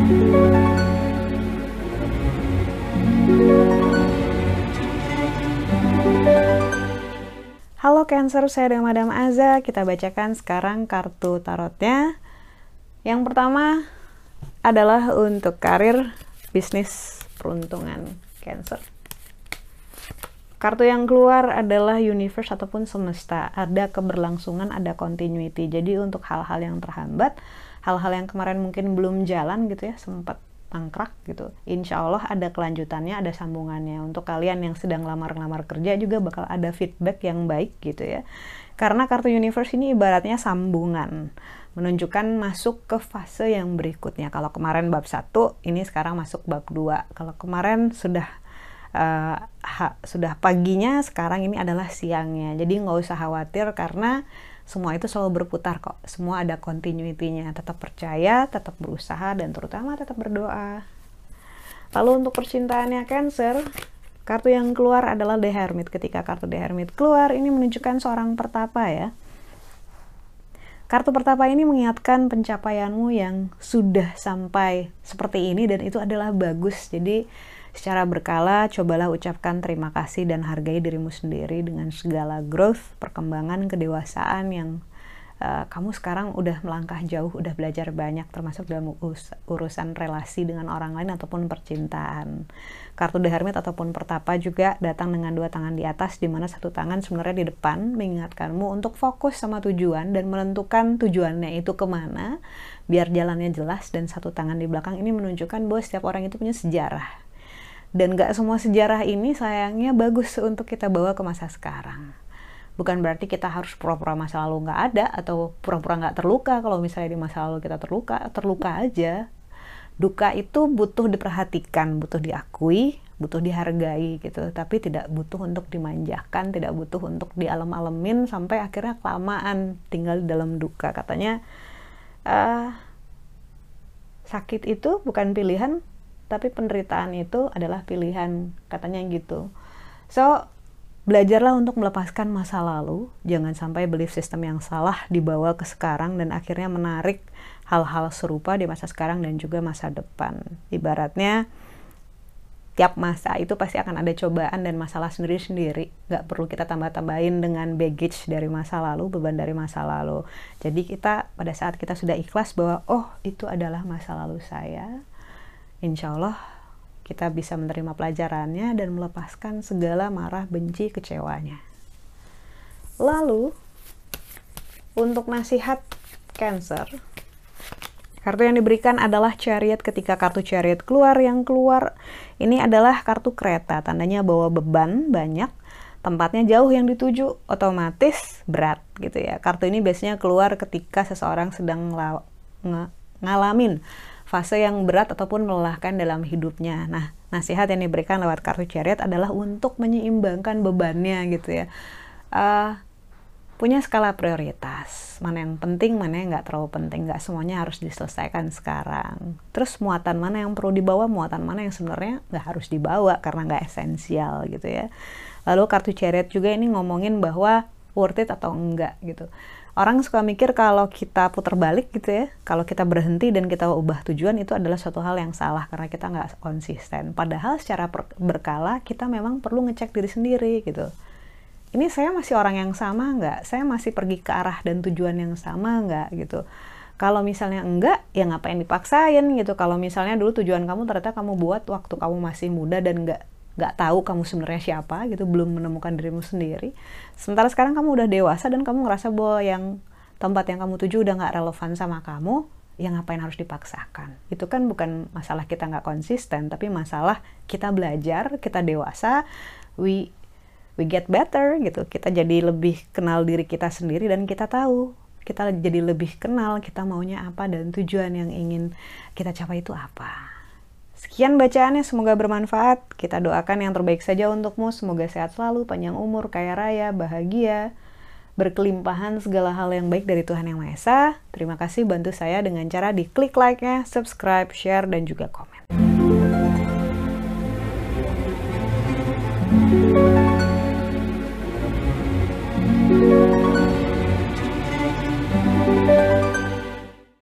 Halo Cancer, saya dengan Madam Aza. Kita bacakan sekarang kartu tarotnya. Yang pertama adalah untuk karir, bisnis, peruntungan Cancer. Kartu yang keluar adalah universe ataupun semesta. Ada keberlangsungan, ada continuity. Jadi untuk hal-hal yang terhambat, hal-hal yang kemarin mungkin belum jalan gitu ya, sempat mangkrak gitu, insya Allah ada kelanjutannya, ada sambungannya. Untuk kalian yang sedang lamar-lamar kerja juga bakal ada feedback yang baik gitu ya, karena kartu universe ini ibaratnya sambungan, menunjukkan masuk ke fase yang berikutnya. Kalau kemarin bab 1, ini sekarang masuk bab 2. Kalau kemarin sudah paginya, sekarang ini adalah siangnya. Jadi nggak usah khawatir karena semua itu selalu berputar kok. Semua ada continuity-nya. Tetap percaya, tetap berusaha, dan terutama tetap berdoa. Lalu untuk percintaannya Cancer, kartu yang keluar adalah The Hermit. Ketika kartu The Hermit keluar, ini menunjukkan seorang pertapa ya. Kartu pertapa ini mengingatkan pencapaianmu yang sudah sampai seperti ini, dan itu adalah bagus. Jadi secara berkala, cobalah ucapkan terima kasih dan hargai dirimu sendiri dengan segala growth, perkembangan, kedewasaan yang kamu sekarang udah melangkah jauh, udah belajar banyak, termasuk dalam urusan relasi dengan orang lain ataupun percintaan. Kartu The Hermit ataupun pertapa juga datang dengan 2 tangan di atas, di mana satu tangan sebenarnya di depan, mengingatkanmu untuk fokus sama tujuan dan menentukan tujuannya itu kemana, biar jalannya jelas, dan satu tangan di belakang ini menunjukkan bahwa setiap orang itu punya sejarah. Dan gak semua sejarah ini sayangnya bagus untuk kita bawa ke masa sekarang. Bukan berarti kita harus pura-pura masa lalu gak ada, atau pura-pura gak terluka. Kalau misalnya di masa lalu kita terluka aja. Duka itu butuh diperhatikan, butuh diakui, butuh dihargai gitu. Tapi tidak butuh untuk dimanjakan, tidak butuh untuk dialem-alemin sampai akhirnya kelamaan tinggal di dalam duka. Katanya sakit itu bukan pilihan, tapi penderitaan itu adalah pilihan, katanya gitu. So, belajarlah untuk melepaskan masa lalu, jangan sampai belief system yang salah dibawa ke sekarang dan akhirnya menarik hal-hal serupa di masa sekarang dan juga masa depan. Ibaratnya, tiap masa itu pasti akan ada cobaan dan masalah sendiri-sendiri. Gak perlu kita tambah-tambahin dengan baggage dari masa lalu, beban dari masa lalu. Jadi kita, pada saat kita sudah ikhlas bahwa, oh itu adalah masa lalu saya, insya Allah kita bisa menerima pelajarannya dan melepaskan segala marah, benci, kecewanya. Lalu, untuk nasihat Cancer, kartu yang diberikan adalah Chariot. Ketika kartu Chariot keluar, yang keluar ini adalah kartu kereta. Tandanya bawa beban banyak, tempatnya jauh yang dituju, otomatis berat gitu ya. Kartu ini biasanya keluar ketika seseorang sedang ngalamin fase yang berat ataupun melelahkan dalam hidupnya. Nah, nasihat yang diberikan lewat kartu Chariot adalah untuk menyeimbangkan bebannya gitu ya. Punya skala prioritas, mana yang penting, mana yang nggak terlalu penting. Nggak semuanya harus diselesaikan sekarang. Terus muatan mana yang perlu dibawa, muatan mana yang sebenarnya nggak harus dibawa karena nggak esensial gitu ya. Lalu kartu Chariot juga ini ngomongin bahwa worth it atau enggak gitu. Orang suka mikir kalau kita putar balik gitu ya, kalau kita berhenti dan kita ubah tujuan, itu adalah suatu hal yang salah karena kita nggak konsisten. Padahal secara berkala kita memang perlu ngecek diri sendiri gitu. Ini saya masih orang yang sama nggak? Saya masih pergi ke arah dan tujuan yang sama nggak gitu? Kalau misalnya enggak, ya ngapain dipaksain gitu. Kalau misalnya dulu tujuan kamu ternyata kamu buat waktu kamu masih muda dan nggak tahu kamu sebenarnya siapa gitu, belum menemukan dirimu sendiri. Sementara sekarang kamu udah dewasa dan kamu ngerasa bahwa yang tempat yang kamu tuju udah nggak relevan sama kamu, ya ngapain harus dipaksakan? Itu kan bukan masalah kita nggak konsisten, tapi masalah kita belajar, kita dewasa, we get better gitu. Kita jadi lebih kenal diri kita sendiri dan kita tahu, kita jadi lebih kenal kita maunya apa dan tujuan yang ingin kita capai itu apa. Sekian bacaannya, semoga bermanfaat. Kita doakan yang terbaik saja untukmu. Semoga sehat selalu, panjang umur, kaya raya, bahagia, berkelimpahan segala hal yang baik dari Tuhan Yang Maha Esa. Terima kasih bantu saya dengan cara di klik like-nya, subscribe, share, dan juga komen.